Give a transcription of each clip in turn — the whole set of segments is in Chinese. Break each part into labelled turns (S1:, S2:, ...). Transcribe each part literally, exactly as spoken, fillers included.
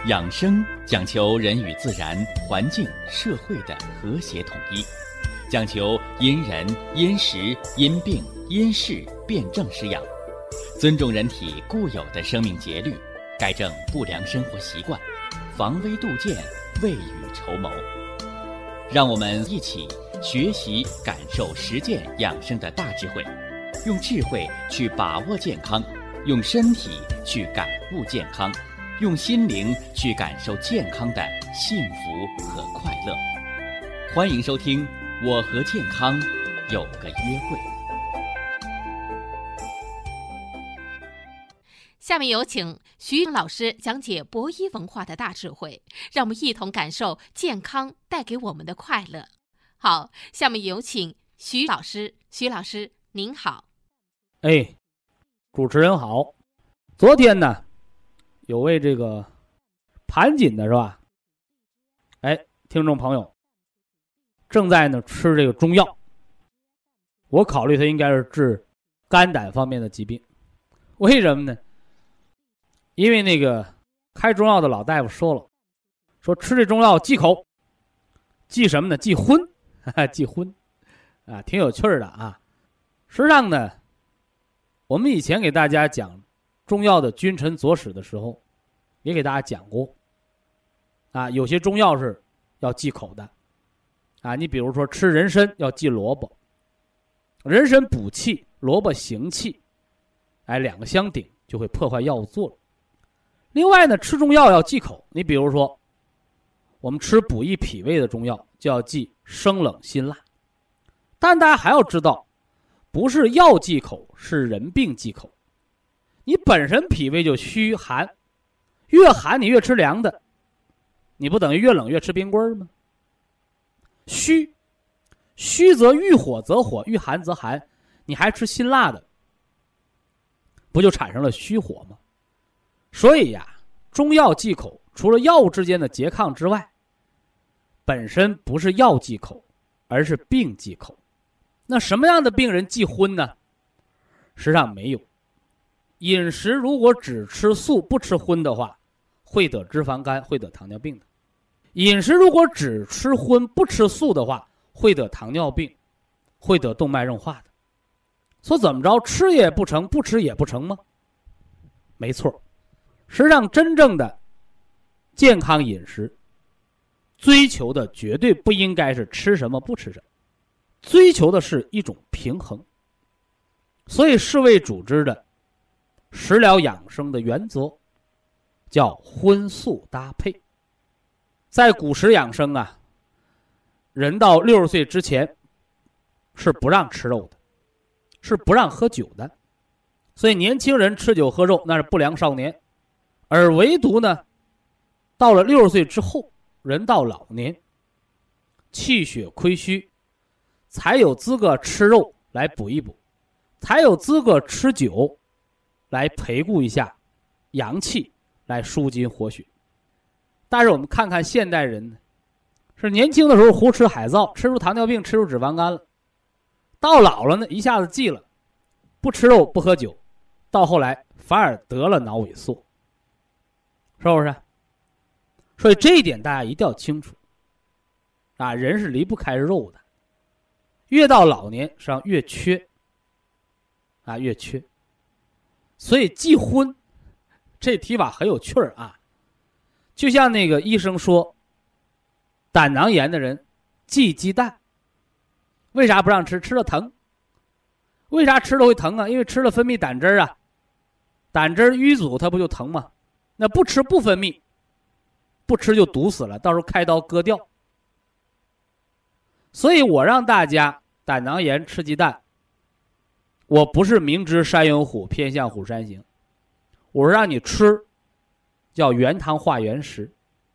S1: 养生讲求人与自然、环境、社会的和谐统一，讲求因人、因时、因病、因事辩证施养，尊重人体固有的生命节律，改正不良生活习惯，防微杜渐，未雨绸缪。让我们一起学习、感受、实践养生的大智慧，用智慧去把握健康，用身体去感悟健康，用心灵去感受健康的幸福和快乐。欢迎收听《我和健康有个约会》。
S2: 下面有请徐老师讲解博医文化的大智慧，让我们一同感受健康带给我们的快乐。好，下面有请徐老师。徐老师您好。
S3: 哎，主持人好。昨天呢有位这个盘锦的是吧，哎，听众朋友正在呢吃这个中药，我考虑他应该是治肝胆方面的疾病。为什么呢？因为那个开中药的老大夫说了，说吃这中药忌口，忌什么呢？忌荤，哈哈，忌荤啊，挺有趣的啊。实际上呢，我们以前给大家讲中药的君臣佐使的时候，也给大家讲过啊，有些中药是要忌口的啊。你比如说吃人参要忌萝卜，人参补气，萝卜行气，哎，两个相顶就会破坏药物作用。另外呢，吃中药要忌口，你比如说我们吃补益脾胃的中药就要忌生冷辛辣。但大家还要知道，不是药忌口，是人病忌口。你本身脾胃就虚寒，越寒你越吃凉的，你不等于越冷越吃冰棍吗？虚虚则遇火则火，遇寒则寒，你还吃辛辣的，不就产生了虚火吗？所以呀，中药忌口除了药物之间的拮抗之外，本身不是药忌口，而是病忌口。那什么样的病人忌荤呢？实际上没有。饮食如果只吃素不吃荤的话，会得脂肪肝，会得糖尿病的。饮食如果只吃荤不吃素的话，会得糖尿病，会得动脉硬化的。说怎么着，吃也不成，不吃也不成吗？没错。实际上真正的健康饮食追求的绝对不应该是吃什么不吃什么，追求的是一种平衡。所以世卫组织的食疗养生的原则叫荤素搭配。在古时养生啊，人到六十岁之前是不让吃肉的，是不让喝酒的。所以年轻人吃酒喝肉那是不良少年，而唯独呢到了六十岁之后，人到老年气血亏虚，才有资格吃肉来补一补，才有资格吃酒来培固一下阳气，来舒筋活血。但是我们看看现代人呢，是年轻的时候胡吃海造，吃出糖尿病，吃出脂肪肝了，到老了呢一下子忌了，不吃肉不喝酒，到后来反而得了脑萎缩，是不是？所以这一点大家一定要清楚啊，人是离不开肉的，越到老年实际上越缺啊，越缺。所以忌荤这提法很有趣儿啊，就像那个医生说胆囊炎的人忌鸡蛋，为啥不让吃？吃了疼。为啥吃了会疼啊？因为吃了分泌胆汁儿啊，胆汁儿淤阻它不就疼吗？那不吃不分泌，不吃就毒死了，到时候开刀割掉。所以我让大家胆囊炎吃鸡蛋，我不是明知山有虎偏向虎山行，我是让你吃叫原汤化原食。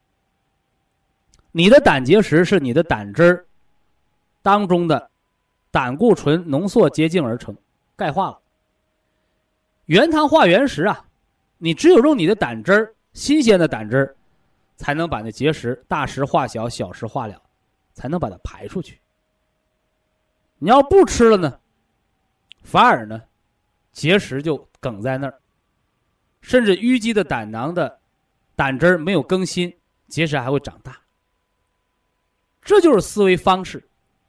S3: 你的胆结石是你的胆汁儿当中的胆固醇浓缩结晶而成，钙化了。原汤化原食啊，你只有用你的胆汁儿，新鲜的胆汁儿，才能把那结石大石化小，小石化了，才能把它排出去。你要不吃了呢，反而呢结石就梗在那儿，甚至淤积的胆囊的胆汁儿没有更新，结石还会长大。这就是思维方式，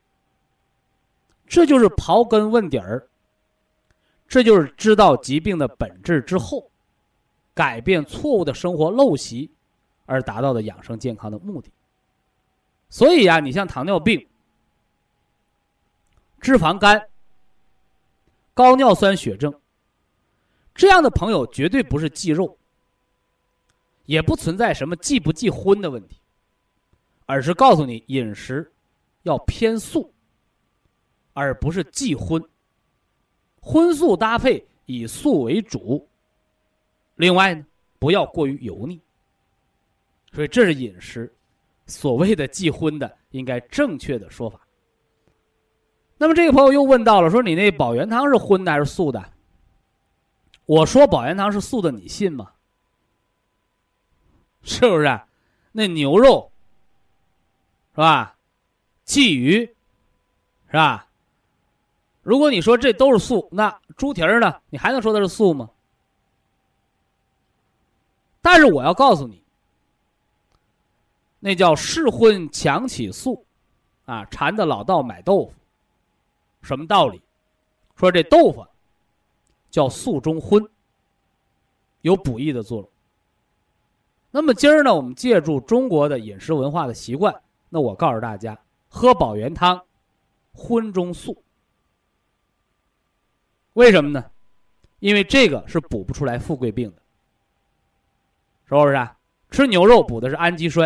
S3: 这就是刨根问底儿，这就是知道疾病的本质之后，改变错误的生活陋习而达到的养生健康的目的。所以呀、啊，你像糖尿病、脂肪肝、高尿酸血症这样的朋友，绝对不是忌肉，也不存在什么忌不忌荤的问题，而是告诉你饮食要偏素，而不是忌荤，荤素搭配，以素为主。另外呢，不要过于油腻。所以这是饮食所谓的忌荤的应该正确的说法。那么这个朋友又问到了，说你那保元汤是荤的还是素的？我说保元汤是素的，你信吗？是不是啊？那牛肉是吧？鲫鱼是吧？如果你说这都是素，那猪蹄儿呢？你还能说它是素吗？但是我要告诉你，那叫试荤强起素啊，馋的老道买豆腐。什么道理？说这豆腐叫素中荤，有补益的作用。那么今儿呢，我们借助中国的饮食文化的习惯，那我告诉大家，喝保元汤，荤中素。为什么呢？因为这个是补不出来富贵病的，是不是啊？吃牛肉补的是氨基酸，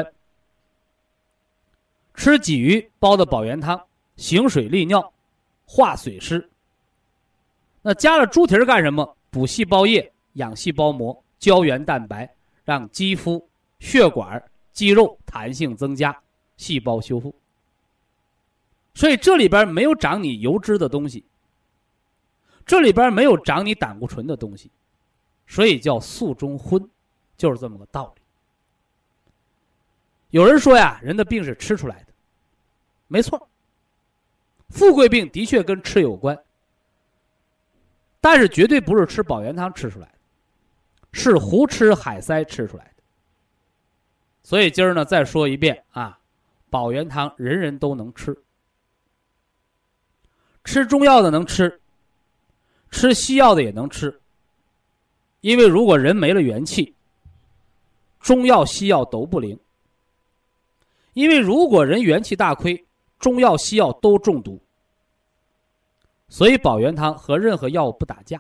S3: 吃鲫鱼煲的保元汤，行水利尿，化水湿。那加了猪蹄儿干什么？补细胞液，养细胞膜，胶原蛋白，让肌肤、血管、肌肉弹性增加，细胞修复。所以这里边没有长你油脂的东西，这里边没有长你胆固醇的东西，所以叫素中荤，就是这么个道理。有人说呀，人的病是吃出来的，没错，富贵病的确跟吃有关，但是绝对不是吃保元汤吃出来的，是胡吃海塞吃出来的。所以今儿呢，再说一遍啊，保元汤人人都能吃，吃中药的能吃，吃西药的也能吃。因为如果人没了元气，中药西药都不灵。因为如果人元气大亏，中药西药都中毒。所以保元汤和任何药物不打架，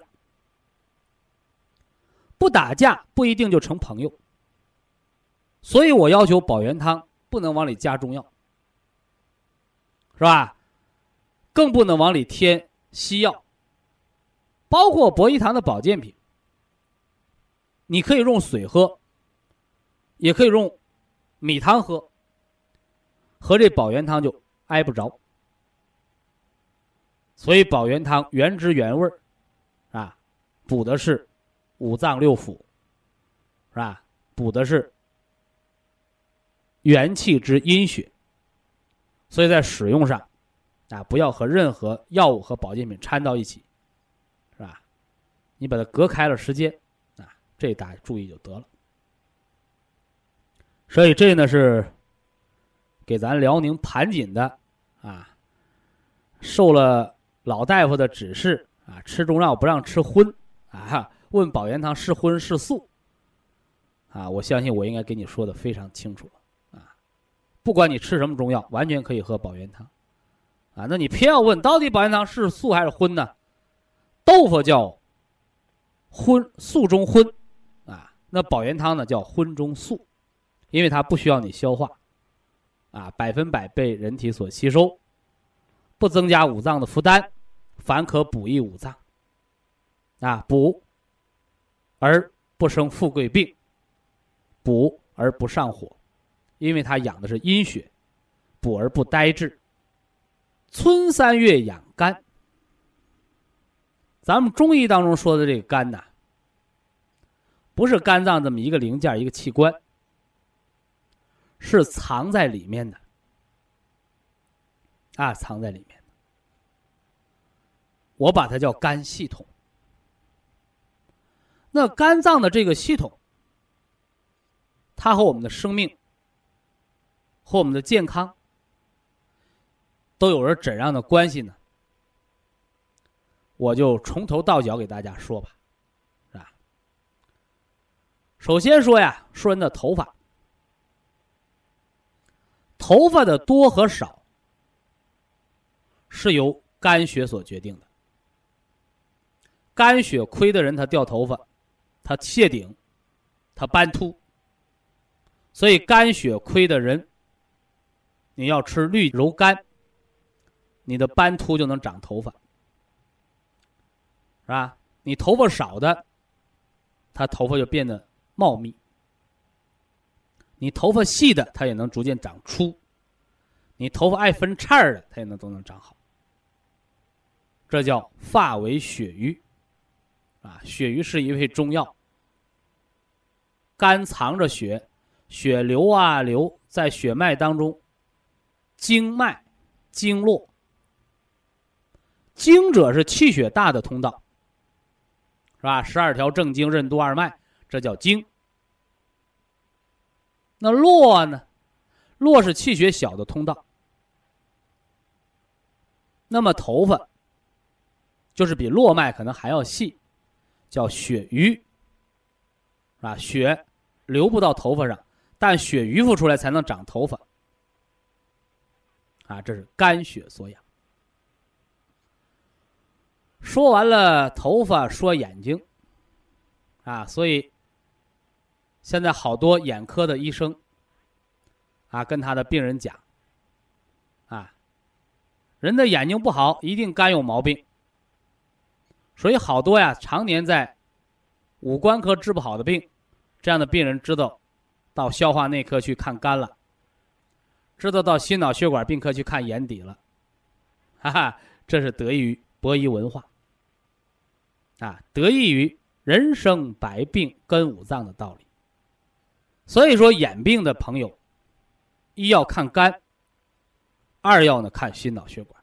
S3: 不打架不一定就成朋友。所以我要求保元汤不能往里加中药，是吧？更不能往里添西药，包括博医堂的保健品，你可以用水喝，也可以用米汤喝，和这保元汤就挨不着。所以保元汤原汁原味啊，补的是五脏六腑，是吧？补的是元气之阴血。所以在使用上啊，不要和任何药物和保健品掺到一起，是吧？你把它隔开了时间啊，这大家注意就得了。所以这呢是给咱辽宁盘锦的啊，受了老大夫的指示啊，吃中药不让吃荤啊，问保元汤是荤是素啊，我相信我应该给你说的非常清楚了啊。不管你吃什么中药，完全可以喝保元汤啊。那你偏要问到底保元汤是素还是荤呢？豆腐叫荤，素中荤啊，那保元汤呢叫荤中素，因为它不需要你消化啊，百分百被人体所吸收，不增加五脏的负担，反可补益五脏啊，补而不生富贵病，补而不上火，因为它养的是阴血，补而不呆滞。春三月养肝，咱们中医当中说的这个肝呐，不是肝脏这么一个零件一个器官，是藏在里面的啊，藏在里面的。我把它叫肝系统。那肝脏的这个系统它和我们的生命和我们的健康都有着怎样的关系呢？我就从头到脚给大家说吧，是吧？首先说呀，说人的头发，头发的多和少是由肝血所决定的。肝血亏的人，他掉头发，他谢顶，他斑秃。所以肝血亏的人，你要吃绿柔肝，你的斑秃就能长头发，是吧？你头发少的，他头发就变得茂密；你头发细的，它也能逐渐长粗；你头发爱分叉的，它也能都能长好。这叫发为血瘀，啊，血瘀是一味中药，肝藏着血，血流啊流，在血脉当中，经脉、经络，经者是气血大的通道，是吧？十二条正经、任督二脉，这叫经。那络呢？络是气血小的通道。那么头发就是比络脉可能还要细，叫血瘀，啊，血流不到头发上，但血瘀附出来才能长头发，啊，这是肝血所养。说完了头发，说眼睛，啊，所以现在好多眼科的医生，啊，跟他的病人讲，啊，人的眼睛不好，一定肝有毛病。所以好多呀，常年在五官科治不好的病，这样的病人知道到消化内科去看肝了，知道到心脑血管病科去看眼底了，哈哈，这是得益于博医文化，啊，得益于人生百病根五脏的道理。所以说眼病的朋友，一要看肝，二要呢看心脑血管。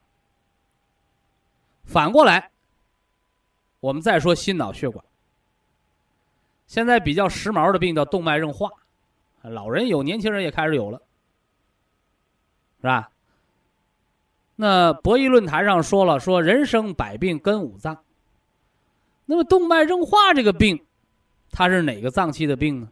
S3: 反过来，我们再说心脑血管。现在比较时髦的病叫动脉硬化，老人有，年轻人也开始有了，是吧？那博医论坛上说了，说人生百病根五脏。那么动脉硬化这个病，它是哪个脏器的病呢？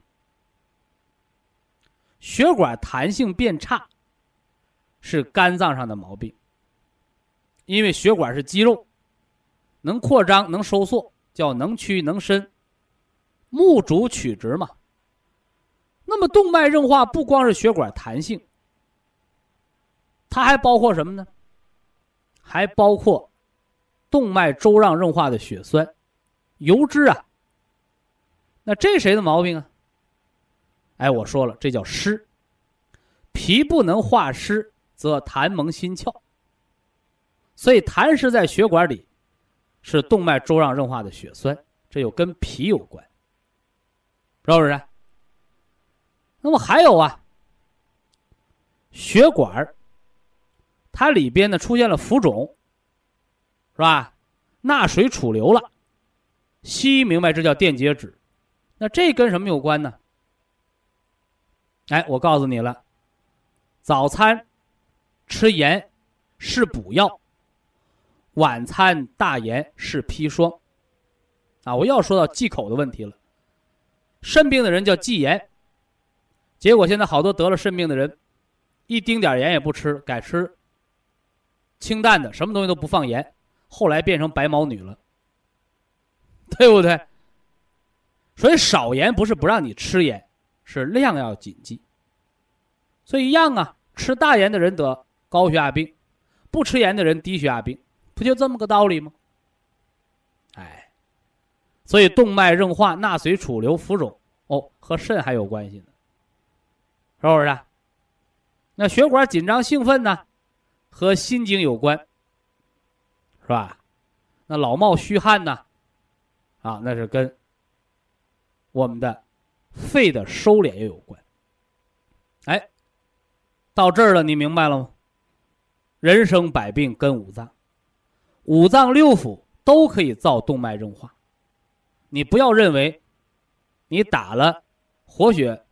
S3: 血管弹性变差是肝脏上的毛病，因为血管是肌肉，能扩张能收缩，叫能屈能伸，目主曲直嘛。那么动脉硬化不光是血管弹性，它还包括什么呢？还包括动脉粥样硬化的血栓、油脂啊。那这谁的毛病啊？哎，我说了，这叫湿。脾不能化湿，则痰蒙心窍。所以痰湿在血管里是动脉粥样硬化的血栓，这又跟脾有关，是不是？那么还有啊，血管它里边呢出现了浮肿，是吧？钠水储留了，西医明白这叫电解质。那这跟什么有关呢？哎，我告诉你了，早餐吃盐是补药，晚餐大盐是砒霜。啊，我又要说到忌口的问题了。肾病的人叫忌盐，结果现在好多得了肾病的人，一丁点盐也不吃，改吃清淡的，什么东西都不放盐，后来变成白毛女了，对不对？所以少盐不是不让你吃盐，是量要谨记。所以一样啊，吃大盐的人得高血压病，不吃盐的人低血压病，不就这么个道理吗？哎，所以动脉硬化、钠水储留、浮肿，哦，和肾还有关系呢，是不是？那血管紧张兴奋呢，和心经有关，是吧？那老冒虚汗呢，啊，那是跟我们的肺的收敛也有关。哎，到这儿了，你明白了吗？人生百病根五脏，五脏六腑都可以造动脉硬化。你不要认为你打了活血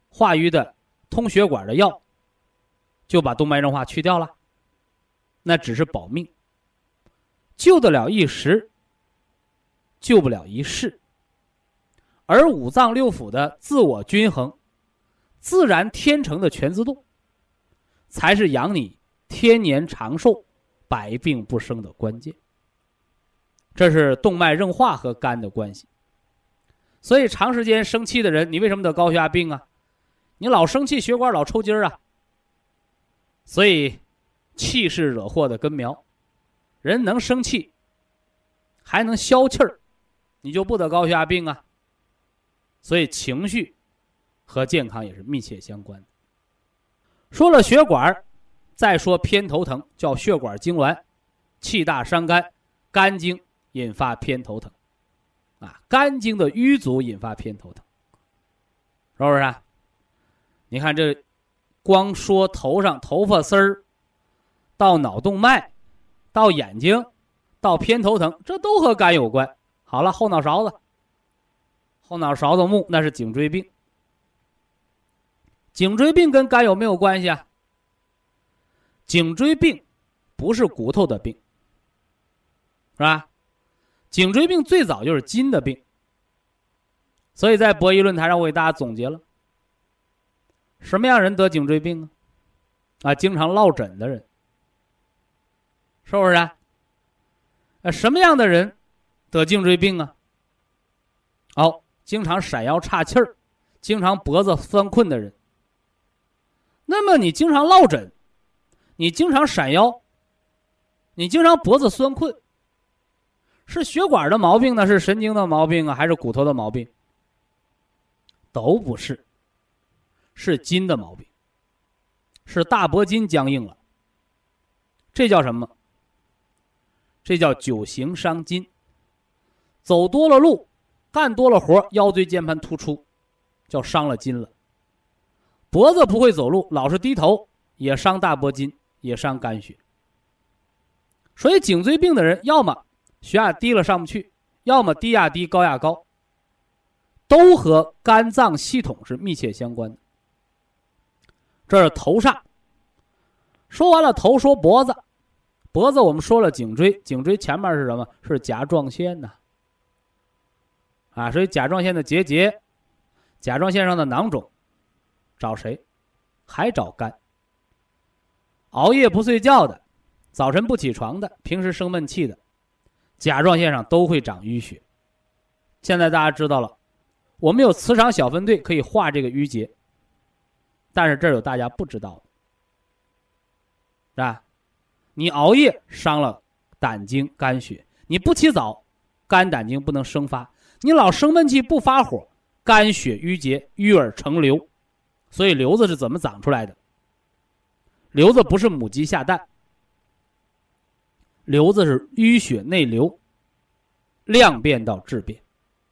S3: 化瘀的通血管的药，就把动脉硬化去掉了，那只是保命，救得了一时，救不了一世。而五脏六腑的自我均衡，自然天成的全自动，才是养你天年长寿、百病不生的关键。这是动脉硬化和肝的关系。所以长时间生气的人，你为什么得高血压病啊？你老生气，血管老抽筋啊。所以气是惹祸的根苗，人能生气还能消气儿，你就不得高血压病啊。所以情绪和健康也是密切相关的。说了血管，再说偏头疼，叫血管痉挛，气大伤肝，肝经引发偏头疼啊，肝经的瘀阻引发偏头疼，是不是啊？你看这光说头上头发丝儿，到脑动脉，到眼睛，到偏头疼，这都和肝有关。好了，后脑勺子，后脑勺子木那是颈椎病。颈椎病跟肝有没有关系啊？颈椎病不是骨头的病，是吧？颈椎病最早就是筋的病。所以在博弈论坛上我给大家总结了，什么样人得颈椎病啊？啊，经常落枕的人，是不是啊？啊，什么样的人得颈椎病啊？哦，经常闪腰岔气儿，经常脖子酸困的人。那么你经常落枕，你经常闪腰，你经常脖子酸困，是血管的毛病呢，是神经的毛病啊，还是骨头的毛病？都不是，是筋的毛病，是大脖筋僵硬了。这叫什么？这叫久行伤筋。走多了路，干多了活，腰椎间盘突出，叫伤了筋了。脖子不会走路，老是低头，也伤大脖筋，也伤肝血。所以颈椎病的人，要么血压低了上不去，要么低压低高压高，都和肝脏系统是密切相关的。这是头上。说完了头，说脖子。脖子我们说了颈椎，颈椎前面是什么？是甲状腺呐。啊，所以甲状腺的结节，甲状腺上的囊肿，找谁？还找肝。熬夜不睡觉的，早晨不起床的，平时生闷气的，甲状腺上都会长淤血。现在大家知道了，我们有磁场小分队可以化这个淤结，但是这儿有大家不知道的，是吧？你熬夜伤了胆经肝血，你不起早，肝胆经不能生发，你老生闷气不发火，肝血淤结，淤而成瘤。所以瘤子是怎么长出来的？瘤子不是母鸡下蛋，瘤子是淤血内流，量变到质变。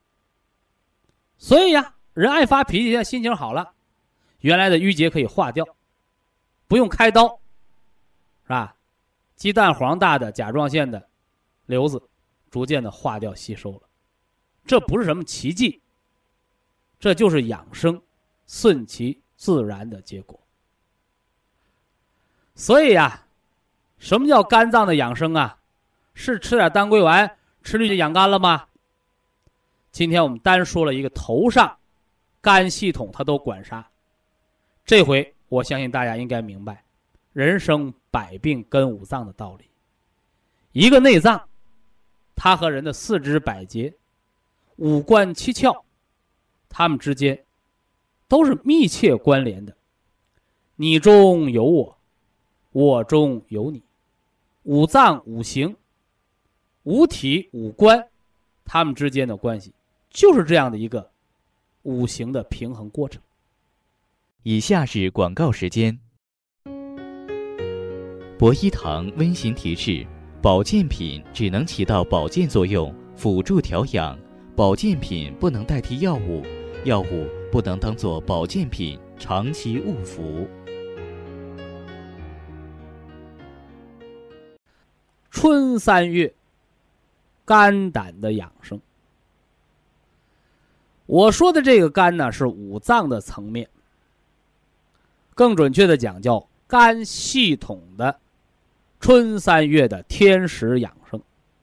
S3: 所以呀，人爱发脾气，现在心情好了，原来的淤结可以化掉，不用开刀，是吧？鸡蛋黄大的甲状腺的瘤子逐渐的化掉吸收了，这不是什么奇迹，这就是养生顺其自然的结果。所以呀，什么叫肝脏的养生啊？是吃点当归丸，吃绿就养肝了吗？今天我们单说了一个头上肝系统它都管啥，这回我相信大家应该明白人生百病跟五脏的道理。一个内脏，它和人的四肢百节、五官七窍，它们之间都是密切关联的。你中有我，我中有你。五脏五行、五体五官，它们之间的关系就是这样的一个五行的平衡过程。
S1: 以下是广告时间。博一堂温馨提示：保健品只能起到保健作用，辅助调养，保健品不能代替药物，药物不能当作保健品长期误服。
S3: 春三月，肝胆的养生。我说的这个肝呢，是五脏的层面， 更准确的讲叫肝系统的春三月的天时养生。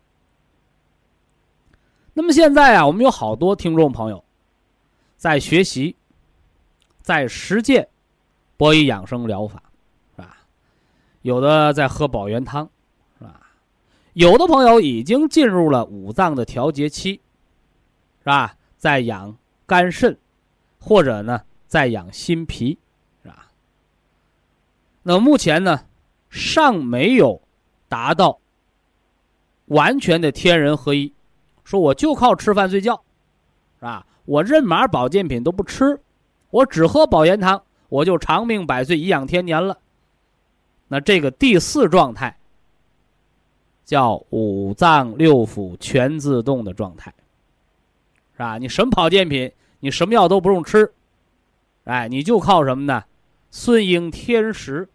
S3: 那么现在啊，我们有好多听众朋友在学习，在实践博医养生疗法，是吧？有的在喝保元汤，是吧？有的朋友已经进入了五脏的调节期，是吧？在养肝肾，或者呢在养心脾，是吧？那目前呢尚没有达到完全的天人合一，说我就靠吃饭睡觉，是吧？我任码保健品都不吃，我只喝保元汤，我就长命百岁颐养天年了。那这个第四状态叫五脏六腑全自动的状态，是吧？你什么保健品，你什么药都不用吃，哎，你就靠什么呢？顺应天时，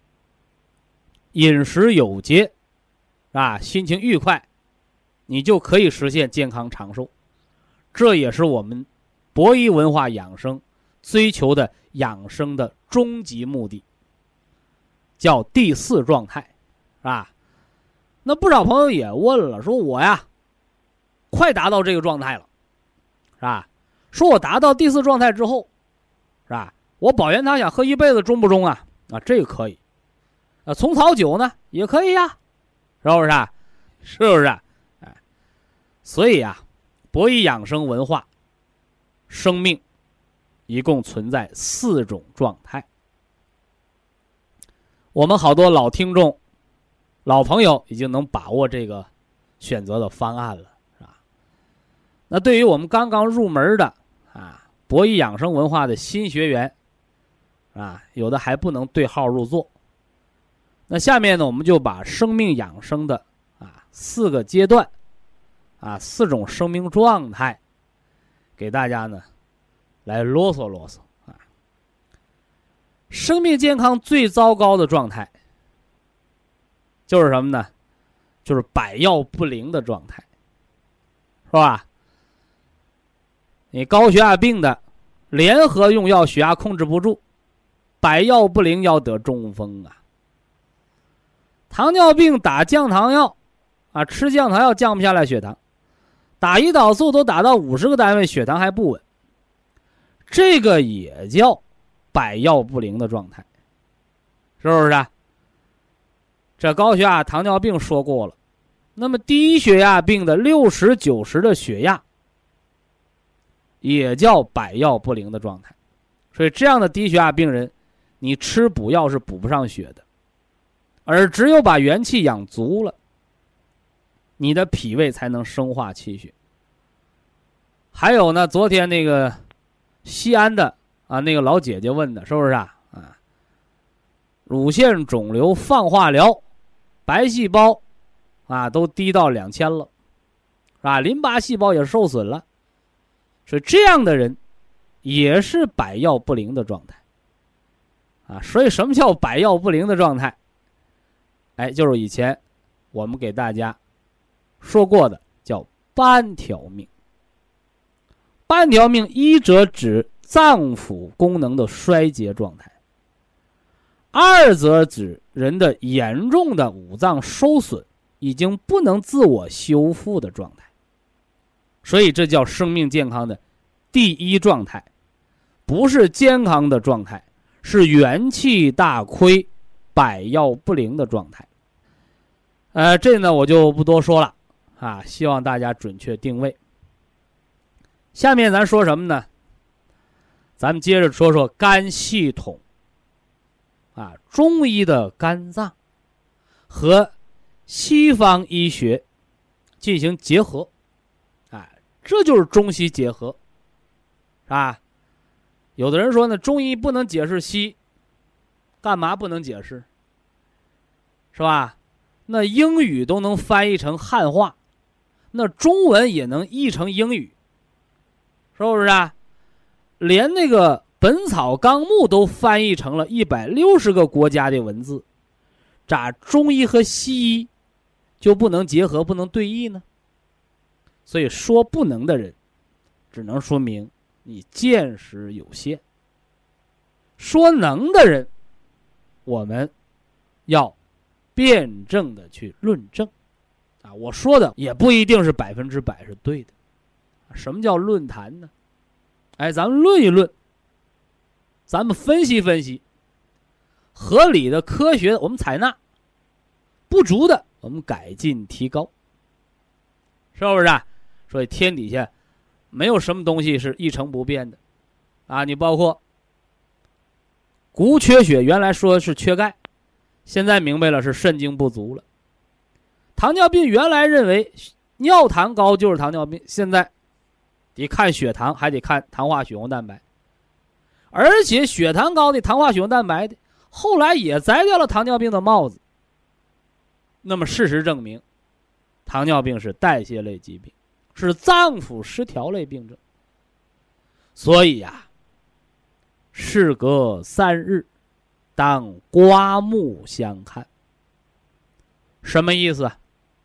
S3: 饮食有节，啊，心情愉快，你就可以实现健康长寿。这也是我们博医文化养生追求的养生的终极目的，叫第四状态，是吧？那不少朋友也问了，说我呀快达到这个状态了，是吧？说我达到第四状态之后，是吧？我保元汤想喝一辈子中不中啊？啊，这个可以。啊，虫草酒呢也可以呀，是不是啊？是不是啊？哎，所以啊，博医养生文化，生命一共存在四种状态。我们好多老听众、老朋友已经能把握这个选择的方案了，是吧？那对于我们刚刚入门的啊博医养生文化的新学员啊，有的还不能对号入座。那下面呢，我们就把生命养生的啊四个阶段，啊四种生命状态，给大家呢来啰嗦啰嗦啊。生命健康最糟糕的状态，就是什么呢？就是百药不灵的状态，是吧？你高血压病的，联合用药血压控制不住，百药不灵要得中风啊。糖尿病打降糖药，啊，吃降糖药降不下来血糖，打胰岛素都打到五十个单位，血糖还不稳，这个也叫百药不灵的状态，是不是啊？这高血压、糖尿病说过了，那么低血压病的六十、九十的血压，也叫百药不灵的状态。所以这样的低血压病人，你吃补药是补不上血的。而只有把元气养足了，你的脾胃才能生化气血。还有呢，昨天那个西安的啊那个老姐姐问的，是不是啊？啊，乳腺肿瘤放化疗，白细胞啊都低到两千了，是吧？淋巴细胞也受损了，所以这样的人也是百药不灵的状态啊。所以什么叫百药不灵的状态？哎，就是以前我们给大家说过的，叫半条命。半条命一则指脏腑功能的衰竭状态，二则指人的严重的五脏受损，已经不能自我修复的状态。所以这叫生命健康的第一状态，不是健康的状态，是元气大亏、百药不灵的状态。呃，这呢我就不多说了啊，希望大家准确定位。下面咱说什么呢？咱们接着说说肝系统啊，中医的肝脏和西方医学进行结合，哎，这就是中西结合，啊。有的人说呢，中医不能解释西，干嘛不能解释？是吧？那英语都能翻译成汉话，那中文也能译成英语，是不是啊？连那个《本草纲目》都翻译成了一百六十个国家的文字，咋中医和西医就不能结合，不能对译呢？所以说不能的人，只能说明你见识有限。 说能的人，我们要辩证的去论证啊。我说的也不一定是百分之百是对的。什么叫论坛呢？哎，咱们论一论，咱们分析分析，合理的、科学的我们采纳，不足的我们改进提高，是不是啊？所以天底下没有什么东西是一成不变的啊！你包括骨缺血，原来说是缺钙，现在明白了是肾精不足了。糖尿病原来认为尿糖高就是糖尿病，现在得看血糖，还得看糖化血红蛋白，而且血糖高的、糖化血红蛋白的，后来也摘掉了糖尿病的帽子。那么事实证明，糖尿病是代谢类疾病，是脏腑失调类病症。所以呀、啊，事隔三日，当刮目相看。什么意思啊？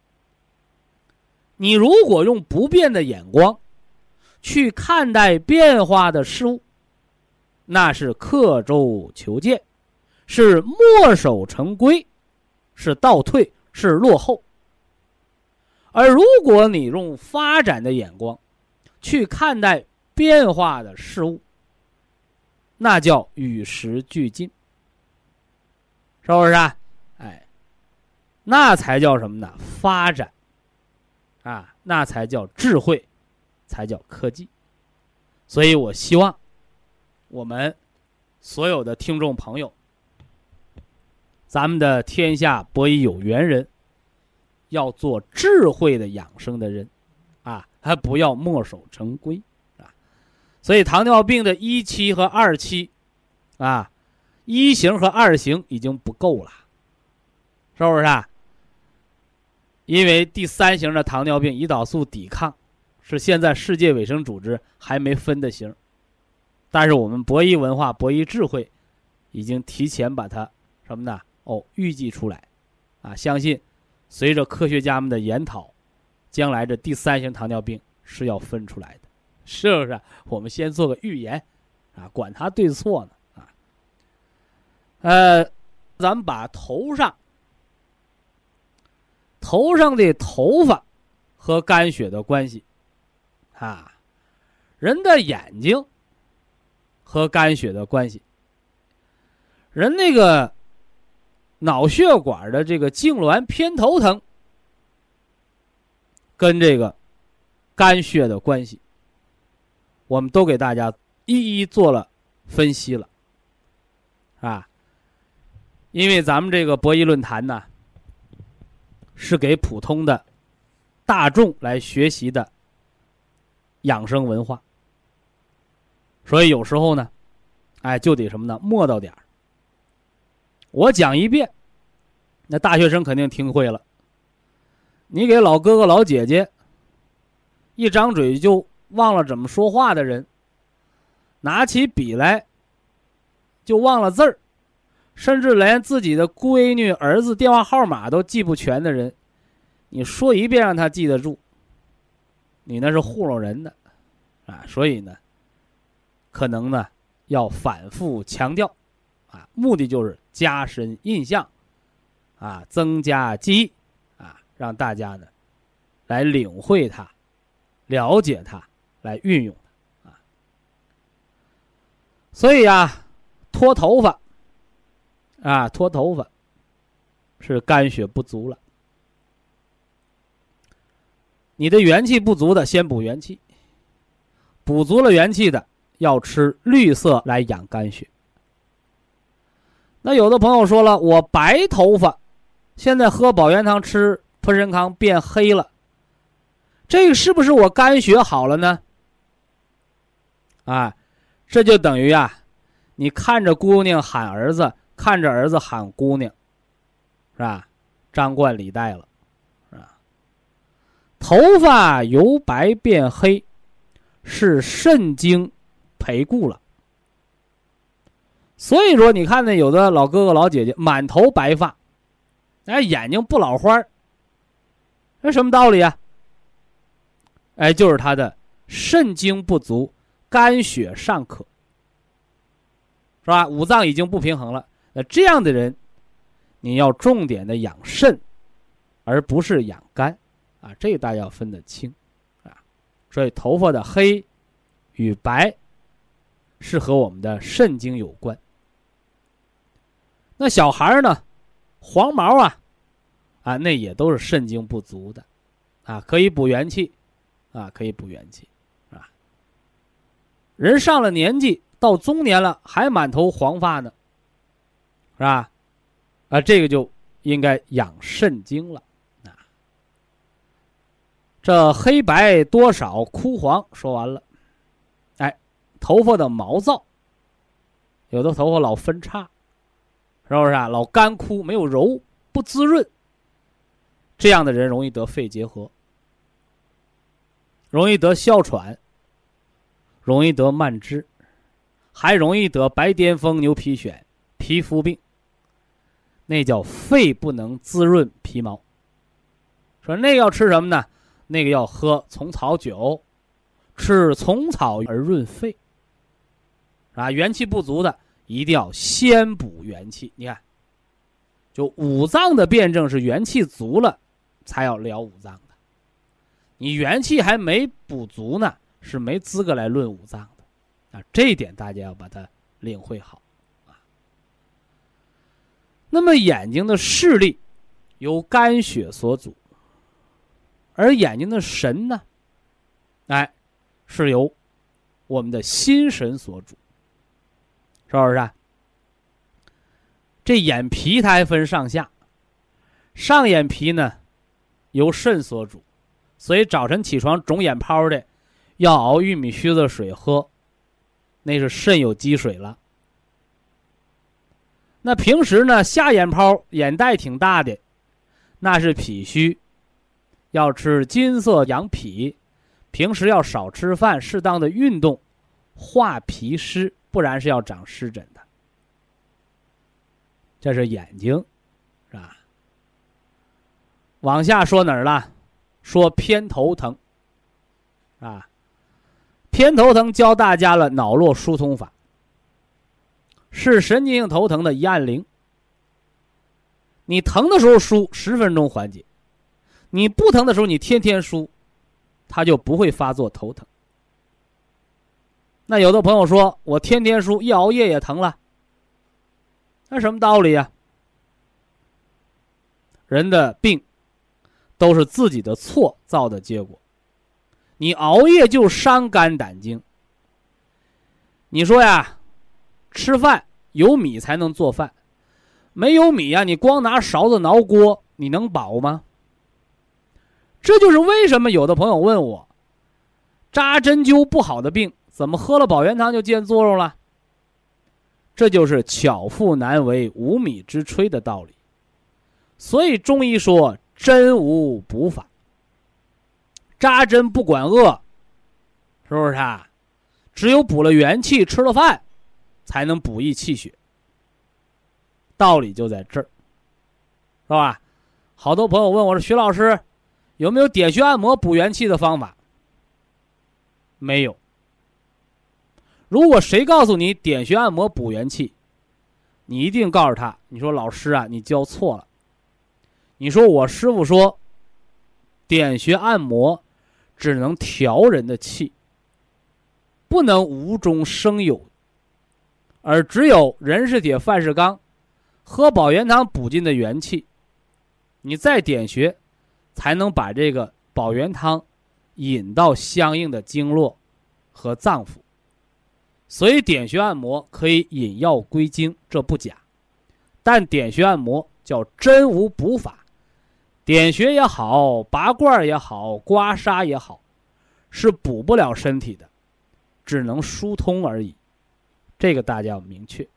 S3: 你如果用不变的眼光去看待变化的事物，那是刻舟求剑，是墨守成规，是倒退，是落后。而如果你用发展的眼光去看待变化的事物，那叫与时俱进，是不是啊？哎，那才叫什么呢？发展啊，那才叫智慧，才叫科技。所以我希望我们所有的听众朋友，咱们的天下博弈有缘人，要做智慧的养生的人啊，还不要墨守成规啊。所以糖尿病的一期和二期啊，一型和二型已经不够了，是不是啊？因为第三型的糖尿病胰岛素抵抗是现在世界卫生组织还没分的型，但是我们博弈文化、博弈智慧已经提前把它什么呢？哦，预计出来啊！相信随着科学家们的研讨，将来这第三型糖尿病是要分出来的，是不是？我们先做个预言啊，管它对错呢啊。呃，咱们把头上头上的头发和肝血的关系啊，人的眼睛和肝血的关系，人那个脑血管的这个痉挛偏头疼跟这个肝血的关系，我们都给大家一一做了分析了啊。因为咱们这个博弈论坛呢，是给普通的大众来学习的养生文化，所以有时候呢，哎，就得什么呢？磨到点儿。我讲一遍，那大学生肯定听会了。你给老哥哥老姐姐一张嘴就忘了怎么说话的人，拿起笔来就忘了字儿，甚至连自己的闺女儿子电话号码都记不全的人，你说一遍让他记得住，你那是糊弄人的啊。所以呢，可能呢要反复强调啊，目的就是加深印象啊，增加记忆啊，让大家呢来领会它，了解它，来运用它啊。所以啊，脱头发啊，脱头发是肝血不足了。你的元气不足的，先补元气；补足了元气的，要吃绿色来养肝血。那有的朋友说了，我白头发，现在喝保元汤吃普参康变黑了，这个是不是我肝血好了呢？啊，这就等于啊，你看着姑娘喊儿子，看着儿子喊姑娘，是吧？张冠李戴了，是吧？头发由白变黑，是肾精培固了。所以说，你看那有的老哥哥老姐姐满头白发，哎，眼睛不老花，这什么道理啊？哎，就是他的肾精不足，肝血尚可。 是吧？五脏已经不平衡了，那这样的人，你要重点的养肾，而不是养肝啊，这个大家要分得清啊。所以头发的黑与白是和我们的肾经有关。那小孩呢，黄毛啊，啊，那也都是肾经不足的，啊，可以补元气，啊，可以补元气，啊。人上了年纪，到中年了，还满头黄发呢，是吧？啊，这个就应该养肾经了，啊。这黑白多少枯黄说完了，哎，头发的毛躁，有的头发老分叉。是不是啊？老干枯，没有柔，不滋润，这样的人容易得肺结核，容易得哮喘，容易得慢支，还容易得白癜风、牛皮癣、皮肤病。那叫肺不能滋润皮毛。说那个要吃什么呢？那个要喝虫草酒，吃虫草而润肺。啊，元气不足的，一定要先补元气。你看，就五脏的辩证是元气足了才要疗五脏的，你元气还没补足呢，是没资格来论五脏的啊。这一点大家要把它领会好啊。那么眼睛的视力由肝血所主，而眼睛的神呢，哎，是由我们的心神所主。是不是啊？这眼皮它还分上下，上眼皮呢由肾所主，所以早晨起床肿眼泡的要熬玉米须子水喝，那是肾有积水了。那平时呢下眼泡眼袋挺大的，那是脾虚，要吃金色养脾，平时要少吃饭，适当的运动，化脾湿，不然是要长湿疹的。这是眼睛，是吧？往下说哪儿了？说偏头疼，啊，偏头疼教大家了脑络疏通法，是神经性头疼的一按铃。你疼的时候梳，十分钟缓解；你不疼的时候，你天天梳，它就不会发作头疼。那有的朋友说，我天天梳，一熬夜也疼了，那什么道理呀？人的病都是自己的错造的结果。你熬夜就伤肝胆经。你说呀，吃饭有米才能做饭，没有米呀，你光拿勺子挠锅，你能饱吗？这就是为什么有的朋友问我，扎针灸不好的病，怎么喝了保元汤就见作用了？这就是巧妇难为无米之炊的道理。所以中医说针无补法，扎针不管饿，是不是啊？只有补了元气，吃了饭，才能补益气血。道理就在这儿，是吧？好多朋友问我说，徐老师，有没有点穴按摩补元气的方法？没有。如果谁告诉你点穴按摩补元气，你一定告诉他，你说老师啊，你教错了。你说我师傅说，点穴按摩只能调人的气，不能无中生有，而只有人是铁，饭是钢，喝保元汤补进的元气，你再点穴，才能把这个保元汤引到相应的经络和脏腑。所以点穴按摩可以引药归经，这不假，但点穴按摩叫针无补法，点穴也好，拔罐也好，刮痧也好，是补不了身体的，只能疏通而已，这个大家要明确。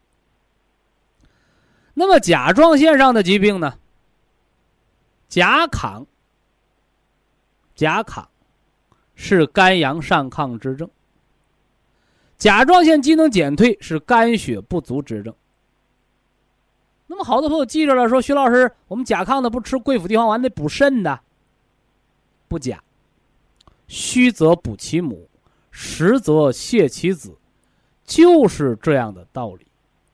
S3: 那么甲状腺上的疾病呢？甲亢，甲亢是肝阳上亢之症。甲状腺机能减退是肝血不足之症。那么好多朋友记着了，说徐老师，我们甲亢的不吃桂附地黄丸得补肾的，不假。虚则补其母，实则泻其子，就是这样的道理。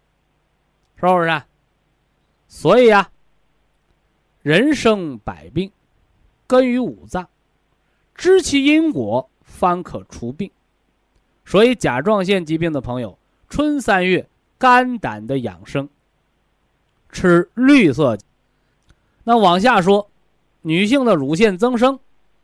S3: 是不是？所以呀，人生百病，根于五脏，知其因果，方可除病。所以甲状腺疾病的朋友，春三月肝胆的养生，吃绿色。那往下说，女性的乳腺增生，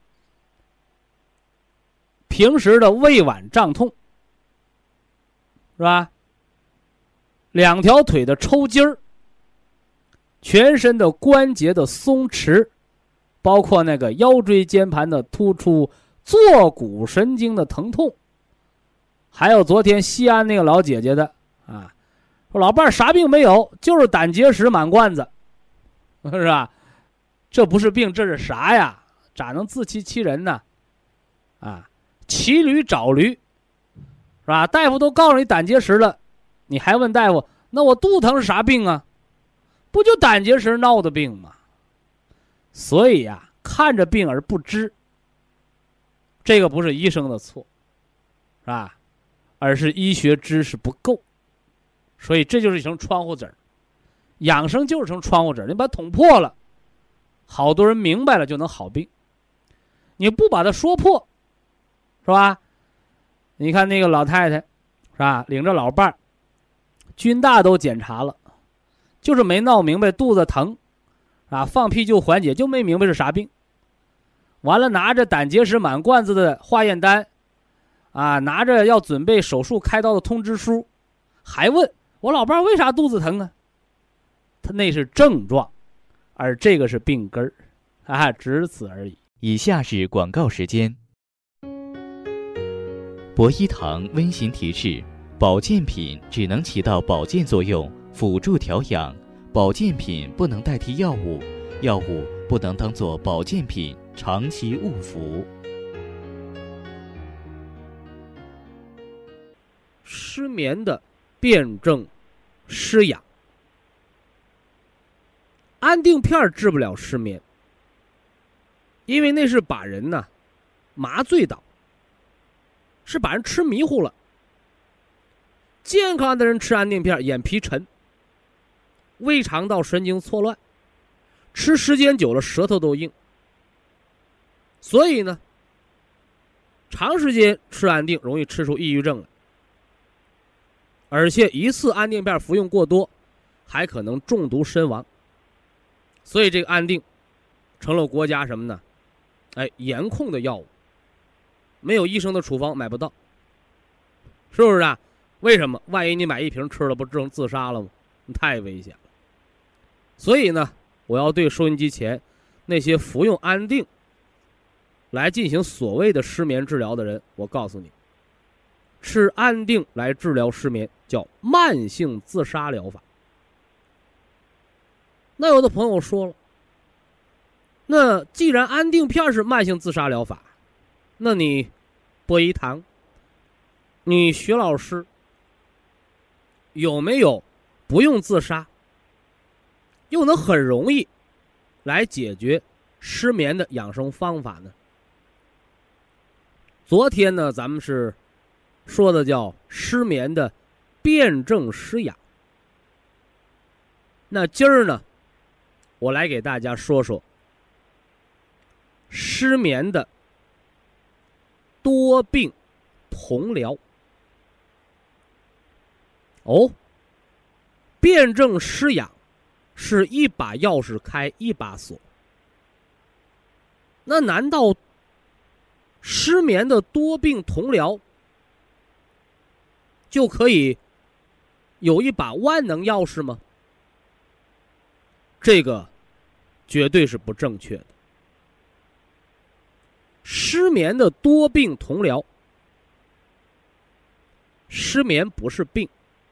S3: 平时的胃脘胀痛，是吧？两条腿的抽筋儿，全身的关节的松弛，包括那个腰椎间盘的突出，坐骨神经的疼痛，还有昨天西安那个老姐姐的啊，说老伴儿啥病没有，就是胆结石满贯子，是吧？这不是病，这是啥呀？咋能自欺欺人呢？啊，骑驴找驴，是吧？大夫都告诉你胆结石了，你还问大夫，那我肚疼是啥病啊？不就胆结石闹的病吗？所以呀、啊，看着病而不知，这个不是医生的错，是吧？而是医学知识不够，所以这就是一层窗户纸儿，养生就是层窗户纸儿，你把它捅破了，好多人明白了就能好病。你不把它说破，是吧？你看那个老太太，是吧？领着老伴儿，军大都检查了，就是没闹明白肚子疼，啊，放屁就缓解，就没明白是啥病。完了，拿着胆结石满罐子的化验单，啊，拿着要准备手术开刀的通知书，还问我老伴儿为啥肚子疼啊？他那是症状，而这个是病根儿，啊，只此而已。
S1: 以下是广告时间。博一堂温馨提示：保健品只能起到保健作用，辅助调养，保健品不能代替药物，药物不能当作保健品长期误服。
S3: 失眠的辩证施养，安定片治不了失眠，因为那是把人呢麻醉倒，是把人吃迷糊了。健康的人吃安定片，眼皮沉，胃肠道神经错乱，吃时间久了舌头都硬。所以呢，长时间吃安定容易吃出抑郁症来，而且一次安定片服用过多，还可能中毒身亡。所以这个安定成了国家什么呢？哎，严控的药物，没有医生的处方买不到，是不是啊？为什么？万一你买一瓶吃了，不成自杀了吗？太危险了。所以呢，我要对收音机前那些服用安定来进行所谓的失眠治疗的人，我告诉你，吃安定来治疗失眠叫慢性自杀疗法。那有的朋友说了，那既然安定片是慢性自杀疗法，那你博一堂，你徐老师有没有不用自杀又能很容易来解决失眠的养生方法呢？昨天呢，咱们是说的叫失眠的辩证施养。那今儿呢，我来给大家说说失眠的多病同疗。哦，辩证施养是一把钥匙开一把锁，那难道失眠的多病同疗就可以有一把万能钥匙吗？这个绝对是不正确的。失眠的多病同疗，失眠不是病，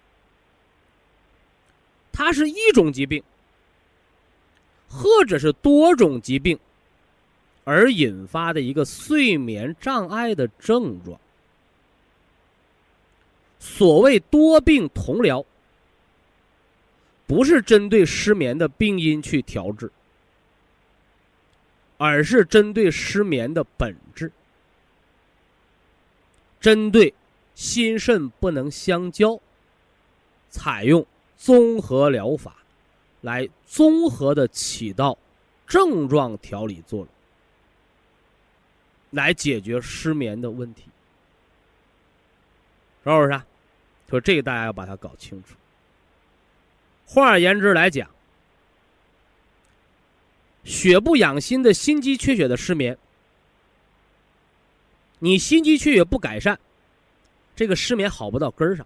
S3: 它是一种疾病，或者是多种疾病而引发的一个睡眠障碍的症状。所谓多病同疗，不是针对失眠的病因去调治，而是针对失眠的本质，针对心肾不能相交，采用综合疗法，来综合的起到症状调理作用，来解决失眠的问题，是不是啊？说这个大家要把它搞清楚。换而言之来讲，血不养心的心肌缺血的失眠，你心肌缺血不改善，这个失眠好不到根儿上。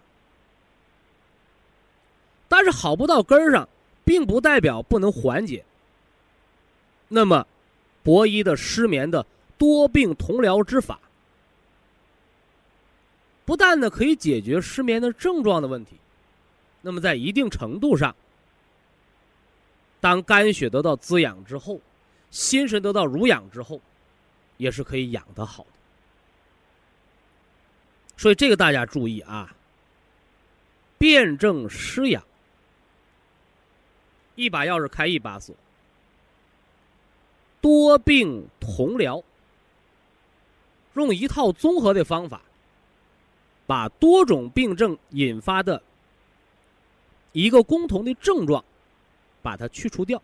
S3: 但是好不到根儿上，并不代表不能缓解。那么，博医的失眠的多病同疗之法，不但呢可以解决失眠的症状的问题，那么在一定程度上，当肝血得到滋养之后，心神得到濡养之后，也是可以养得好的。所以这个大家注意啊，辨证施养，一把钥匙开一把锁，多病同疗，用一套综合的方法，把多种病症引发的一个共同的症状，把它去除掉。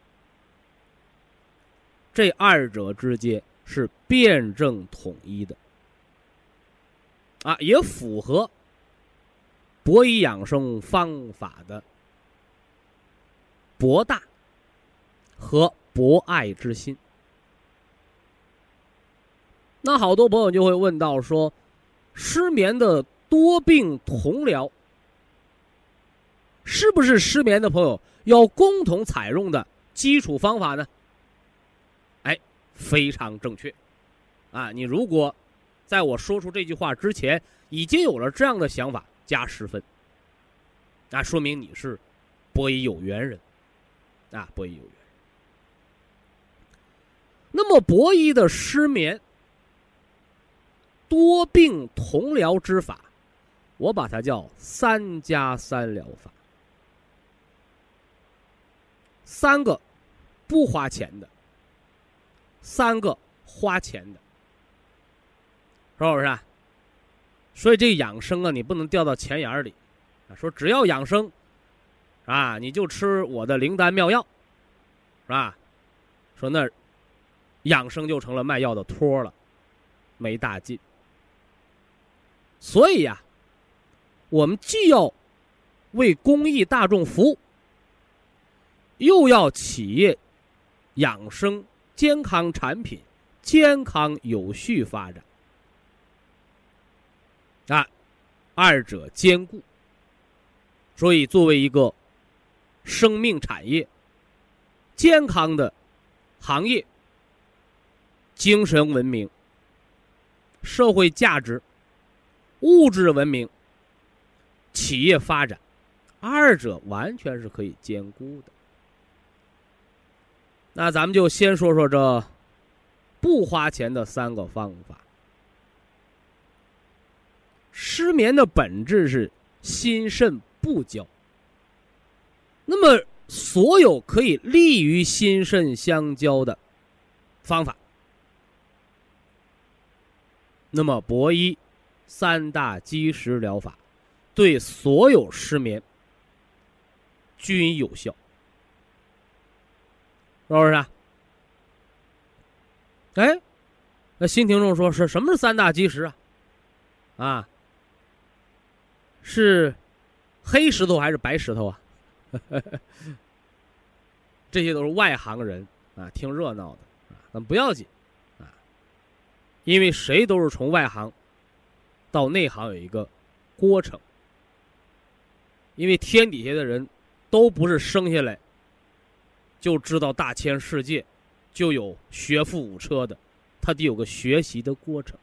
S3: 这二者之间是辩证统一的，啊，也符合博医养生方法的博大和博爱之心。那好多朋友就会问到说，失眠的多病同疗，是不是失眠的朋友要共同采用的基础方法呢？哎，非常正确啊！你如果在我说出这句话之前已经有了这样的想法，加十分，那说明你是博医有缘人啊，博医有缘。那么博医的失眠多病同疗之法，我把它叫三加三疗法。三个不花钱的，三个花钱的，是不是啊？所以这个养生啊，你不能掉到钱眼里啊。说只要养生啊，你就吃我的灵丹妙药，是吧？说那养生就成了卖药的托了，没大劲。所以呀、啊，我们既要为公益大众服务，又要企业养生健康产品健康有序发展啊，二者兼顾。所以作为一个生命产业、健康的行业、精神文明、社会价值、物质文明、企业发展，二者完全是可以兼顾的。那咱们就先说说这不花钱的三个方法。失眠的本质是心肾不交，那么所有可以利于心肾相交的方法，那么博医三大基石疗法对所有失眠均有效，是不是啊？哎，那新听众说是什么是三大基石啊？啊，是黑石头还是白石头啊？这些都是外行人啊，听热闹的啊，但不要紧啊，因为谁都是从外行到内行有一个过程，因为天底下的人都不是生下来就知道大千世界，就有学富五车的，他得有个学习的过程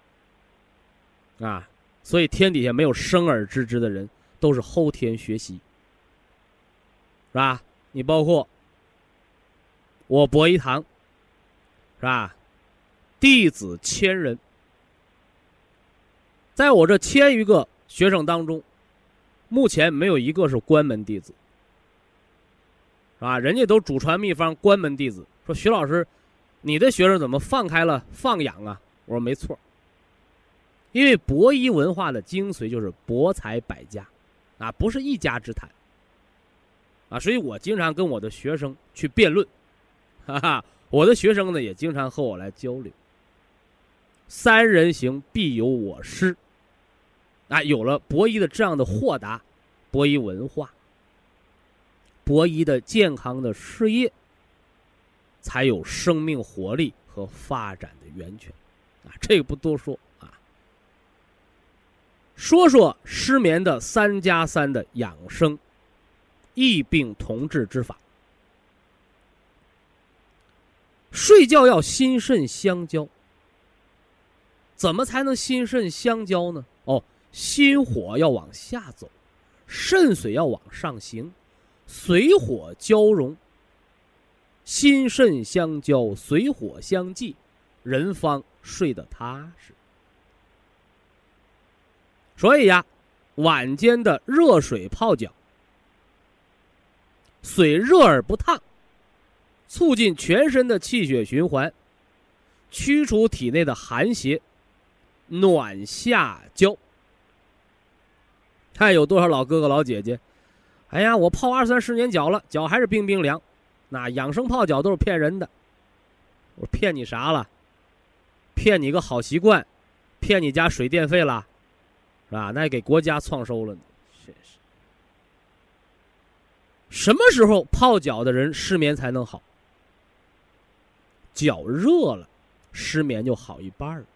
S3: 啊，所以天底下没有生而知之的人，都是后天学习，是吧？你包括我博医堂，是吧？弟子千人，在我这千余个学生当中，目前没有一个是关门弟子，是吧？人家都祖传秘方关门弟子，说徐老师，你的学生怎么放开了放养啊？我说没错，因为博医文化的精髓就是博采百家，啊，不是一家之谈， 啊，所以我经常跟我的学生去辩论，哈哈，我的学生呢也经常和我来交流。三人行必有我师，啊，有了博弈的这样的豁达，博弈文化，博弈的健康的事业，才有生命活力和发展的源泉，啊，这个不多说啊。说说失眠的三加三的养生异病同治之法。睡觉要心肾相交，怎么才能心肾相交呢？哦，心火要往下走，肾水要往上行，水火交融，心肾相交，水火相济，人方睡得踏实。所以呀，晚间的热水泡脚，水热而不烫，促进全身的气血循环，驱除体内的寒邪，暖下焦。看有多少老哥哥老姐姐，哎呀，我泡二三十年脚了，脚还是冰冰凉，那养生泡脚都是骗人的。我骗你啥了？骗你个好习惯，骗你家水电费了，是吧？那也给国家创收了呢。是是。什么时候泡脚的人失眠才能好？脚热了，失眠就好一半了，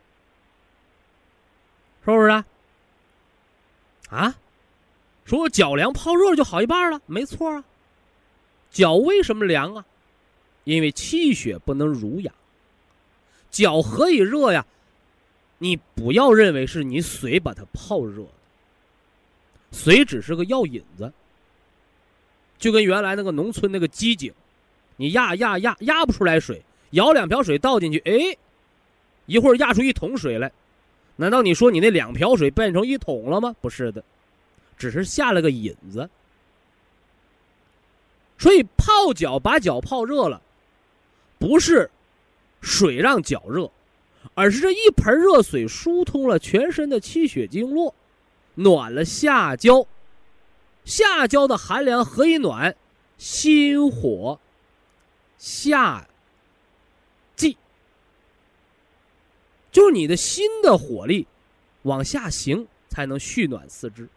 S3: 是不是啊？啊？说我脚凉泡热就好一半了，没错啊。脚为什么凉啊？因为气血不能濡养。脚何以热呀？你不要认为是你水把它泡热的，水只是个药引子，就跟原来那个农村那个机井，你压压压压不出来水，舀两瓢水倒进去，哎，一会儿压出一桶水来，难道你说你那两瓢水变成一桶了吗？不是的，只是下了个引子。所以泡脚把脚泡热了，不是水让脚热，而是这一盆热水疏通了全身的气血经络，暖了下焦。下焦的寒凉何以暖？心火下济，就是你的心的火力往下行，才能煦暖四肢。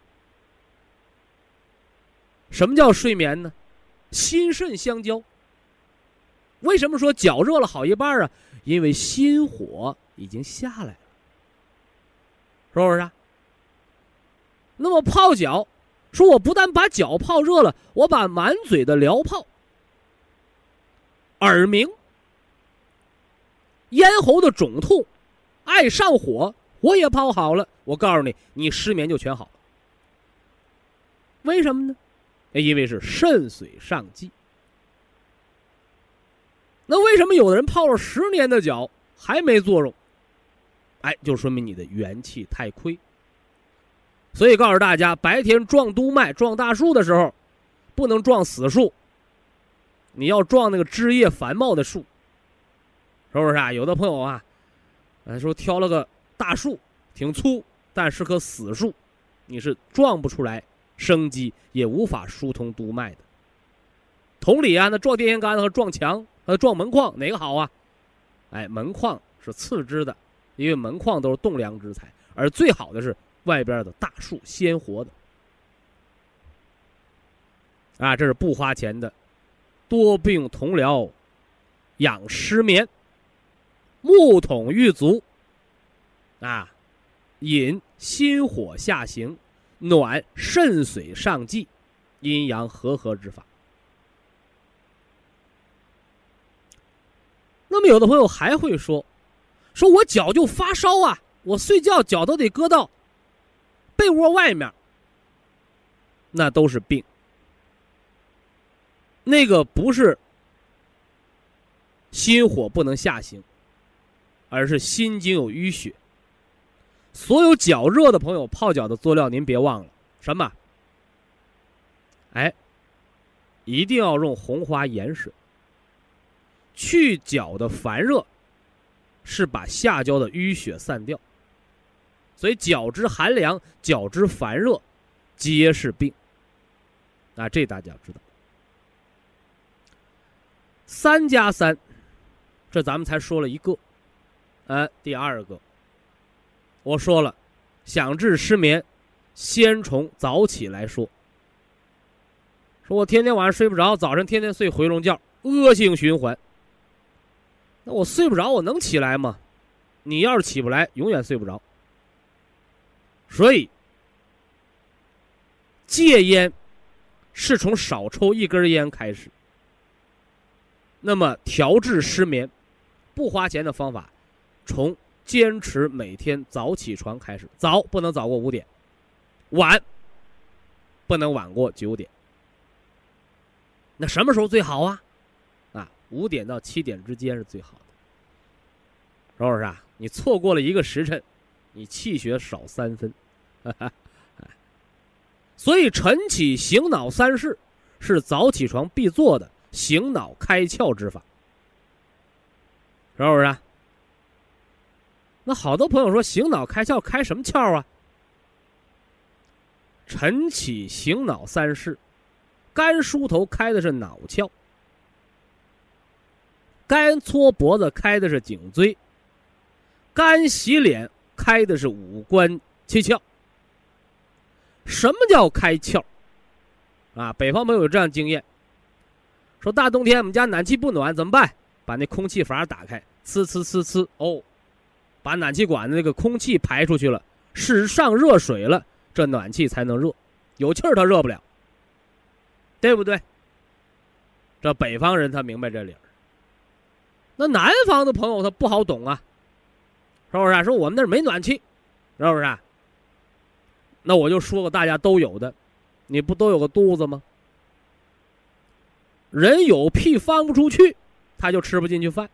S3: 什么叫睡眠呢？心肾相交。为什么说脚热了好一半啊？因为心火已经下来了，是不是啊？那么泡脚，说我不但把脚泡热了，我把满嘴的燎泡、耳鸣、咽喉的肿痛、爱上火，我也泡好了。我告诉你，你失眠就全好了。为什么呢？因为是肾水上济。那为什么有的人泡了十年的脚还没作用？哎，就说明你的元气太亏。所以告诉大家，白天撞督脉、撞大树的时候，不能撞死树，你要撞那个枝叶繁茂的树，是不是啊？有的朋友啊，说挑了个大树，挺粗，但是棵死树，你是撞不出来生机，也无法疏通督脉的。同理啊，那撞电线杆子和撞墙和撞门框哪个好啊？哎，门框是次之的，因为门框都是栋梁之材，而最好的是外边的大树，鲜活的。啊，这是不花钱的多病同疗养失眠，木桶玉足啊，引心火下行，暖肾水上济，阴阳和合之法。那么有的朋友还会说，说我脚就发烧啊，我睡觉脚都得搁到被窝外面，那都是病。那个不是心火不能下行，而是心经有淤血。所有脚热的朋友泡脚的佐料您别忘了什么？哎，一定要用红花盐水。去脚的烦热是把下焦的淤血散掉，所以脚之寒凉、脚之烦热皆是病。啊，这大家知道。 三加三，这咱们才说了一个。呃，第二个，我说了，想治失眠，先从早起来说。说我天天晚上睡不着，早晨天天睡回笼觉，恶性循环。那我睡不着，我能起来吗？你要是起不来，永远睡不着。所以，戒烟是从少抽一根烟开始。那么调治失眠，不花钱的方法，从坚持每天早起床开始。早不能早过五点，晚不能晚过九点。那什么时候最好啊？啊，五点到七点之间是最好的，是不是啊？你错过了一个时辰，你气血少三分。所以晨起醒脑三式是早起床必做的醒脑开窍之法，是不是啊？那好多朋友说醒脑开窍开什么窍啊？晨起醒脑三式，干梳头开的是脑窍，干搓脖子开的是颈椎，干洗脸开的是五官七窍。什么叫开窍啊？北方朋友有这样经验，说大冬天我们家暖气不暖怎么办？把那空气阀打开，呲呲呲呲，哦，把暖气管的那个空气排出去了，是上热水了，这暖气才能热，有气儿它热不了，对不对？这北方人他明白这理儿。那南方的朋友他不好懂啊，是不是啊？说我们那儿没暖气，是不是啊？那我就说个大家都有的，你不都有个肚子吗？人有屁放不出去，他就吃不进去饭。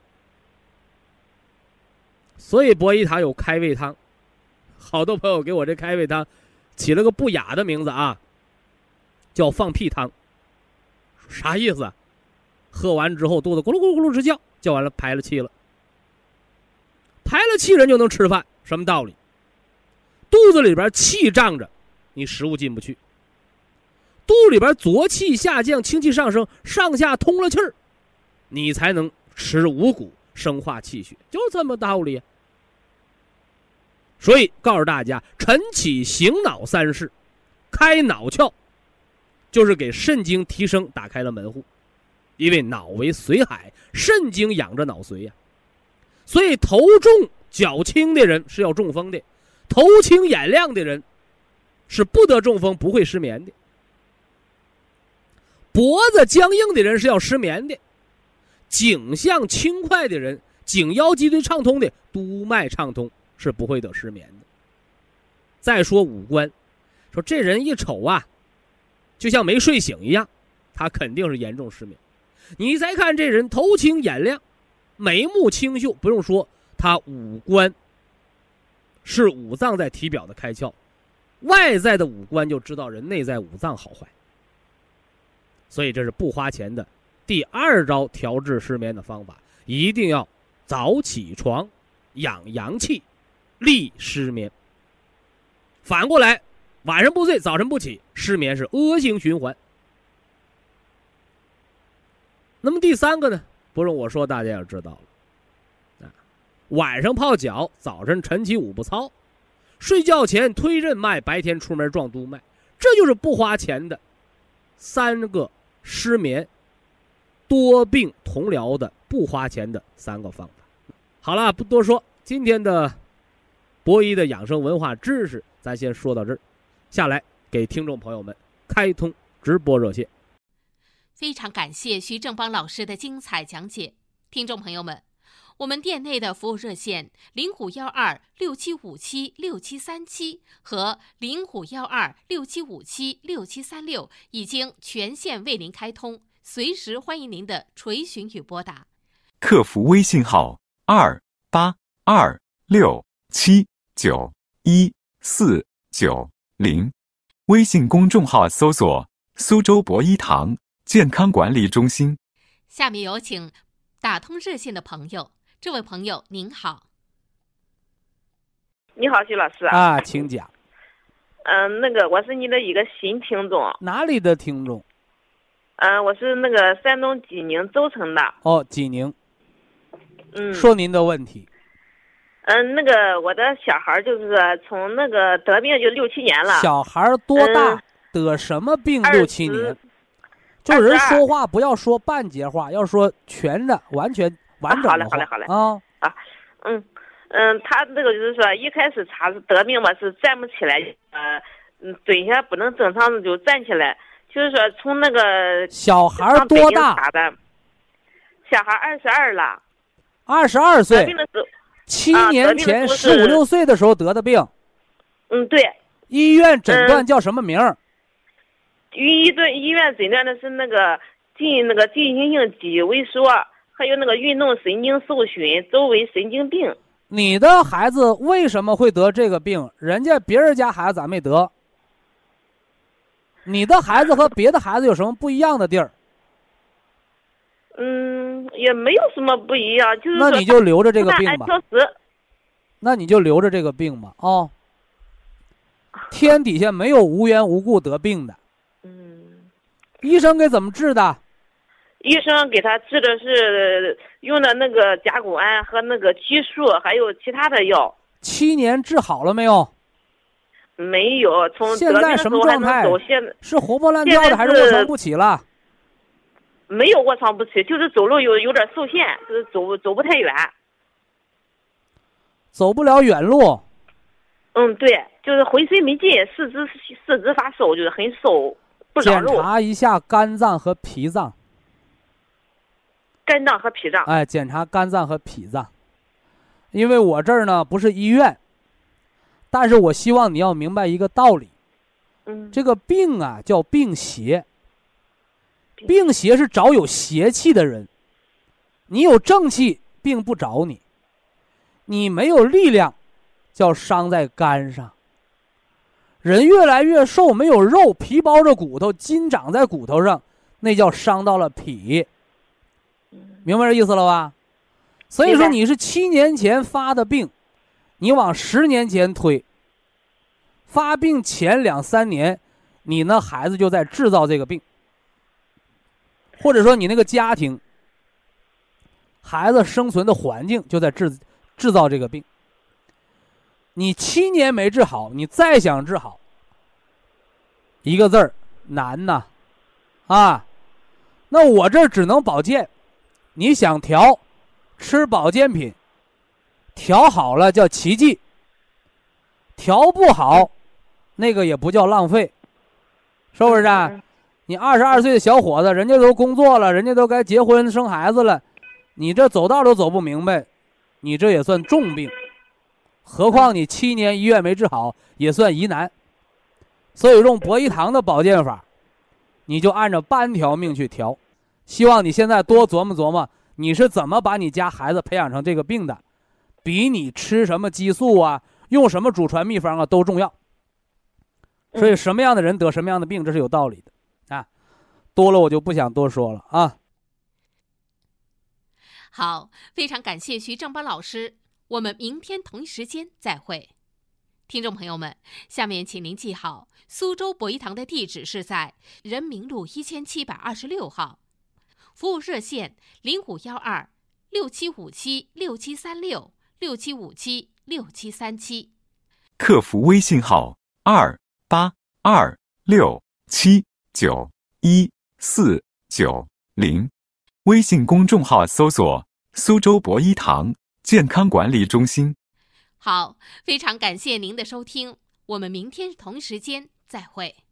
S3: 所以博医堂有开胃汤，好多朋友给我这开胃汤起了个不雅的名字啊，叫放屁汤。啥意思啊？喝完之后肚子咕噜咕噜咕噜直叫，叫完了排了气了，排了气人就能吃饭，什么道理？肚子里边气胀着，你食物进不去。肚里边浊气下降，清气上升，上下通了气儿，你才能吃五谷，生化气血，就这么道理。所以告诉大家，晨起醒脑三式，开脑窍，就是给肾经提升打开了门户。因为脑为髓海，肾经养着脑髓呀、啊，所以头重脚轻的人是要中风的，头轻眼亮的人是不得中风，不会失眠的。脖子僵硬的人是要失眠的，颈项轻快的人，颈腰脊椎畅通的，督脉畅通，是不会得失眠的。再说五官，说这人一瞅啊，就像没睡醒一样，他肯定是严重失眠。你再看这人头清眼亮，眉目清秀，不用说，他五官是五脏在体表的开窍，外在的五官就知道人内在五脏好坏。所以这是不花钱的第二招调治失眠的方法，一定要早起床，养阳气，利失眠。反过来，晚上不睡，早晨不起，失眠是恶性循环。那么第三个呢，不用我说，大家也知道了。啊，晚上泡脚，早晨晨起五步操，睡觉前推任脉，白天出门撞督脉，这就是不花钱的三个失眠多病同疗的不花钱的三个方法。好了，不多说，今天的博医的养生文化知识咱先说到这儿，下来给听众朋友们开通直播热线。
S2: 非常感谢徐正邦老师的精彩讲解。听众朋友们，我们店内的服务热线零五幺二六七五七六七三七和零五幺二六七五七六七三六已经全线为您开通，随时欢迎您的垂询与拨打。
S4: 客服微信号二八二六七九一四九零，微信公众号搜索苏州博医堂健康管理中心。
S2: 下面有请打通热线的朋友。这位朋友您好。
S5: 你好，徐老师
S3: 啊，请讲。
S5: 嗯、呃，那个我是你的一个新听众。
S3: 哪里的听众？
S5: 嗯、呃，我是那个山东济宁周城的。
S3: 哦，济宁。
S5: 嗯。
S3: 说您的问题。
S5: 嗯，那个我的小孩就是从那个得病就六七年了。
S3: 小孩多大？嗯、得什么病六七年？就人说话不要说半截话，要说全的、完全完整的话。
S5: 啊、好嘞，好嘞，好嘞。
S3: 啊
S5: 啊，嗯嗯，他这个就是说，一开始查是得病嘛，是站不起来，呃，嗯，蹲下不能正常的就站起来，就是说从那个
S3: 小孩多大？
S5: 小孩二十二了。
S3: 二十二岁。
S5: 得病的时候。
S3: 七年前十五六岁的时候得的病。
S5: 嗯，对。
S3: 医院诊断叫什么名？
S5: 嗯、医院医院诊断的是那个进那个进行性肌萎缩，还有那个运动神经受损、周围神经病。
S3: 你的孩子为什么会得这个病？人家别人家孩子咋没得？你的孩子和别的孩子有什么不一样的地儿？
S5: 嗯，也没有什么不一样，就是说
S3: 那你就留着这个病吧。
S5: 那,
S3: 那你就留着这个病吧，哦。天底下没有无缘无故得病的。
S5: 嗯。
S3: 医生给怎么治的？
S5: 医生给他治的是用的那个甲钴胺和那个激素，还有其他的药。
S3: 七年治好了没有？
S5: 没有，从
S3: 现在什么状态？是活蹦乱跳的，还是卧床不起了？
S5: 没有卧床不起，就是走路有有点受限，就是走走不太远，
S3: 走不了远路。
S5: 嗯，对，就是浑身没劲，四肢四肢发瘦，就是很瘦，不长肉。
S3: 检查一下肝脏和脾脏。
S5: 肝脏和脾脏。
S3: 哎，检查肝脏和脾脏，因为我这儿呢不是医院，但是我希望你要明白一个道理。
S5: 嗯。
S3: 这个病啊叫病邪。病邪是找有邪气的人，你有正气，病不找你；你没有力量，叫伤在肝上。人越来越瘦，没有肉，皮包着骨头，筋长在骨头上，那叫伤到了脾。明白这意思了吧？所以说你是七年前发的病，你往十年前推，发病前两三年，你那孩子就在制造这个病。或者说你那个家庭孩子生存的环境就在制制造这个病。你七年没治好，你再想治好，一个字儿难呐啊！那我这只能保健，你想调吃保健品，调好了叫奇迹，调不好那个也不叫浪费，是不是啊？你二十二岁的小伙子，人家都工作了，人家都该结婚生孩子了，你这走道都走不明白，你这也算重病。何况你七年医院没治好，也算疑难。所以用博医堂的保健法，你就按照半条命去调。希望你现在多琢磨琢磨，你是怎么把你家孩子培养成这个病的，比你吃什么激素啊，用什么祖传秘方啊都重要。所以什么样的人得什么样的病，这是有道理的。啊，多了我就不想多说了啊。
S2: 好，非常感谢徐正邦老师，我们明天同一时间再会。听众朋友们，下面请您记好，苏州博医堂的地址是在人民路一千七百二十六号，服务热线零五幺二六七五七六七三六六七五七六七三七，
S4: 客服微信号二八二六七九一四九零，微信公众号搜索苏州博医堂健康管理中心。
S2: 好，非常感谢您的收听，我们明天同一时间再会。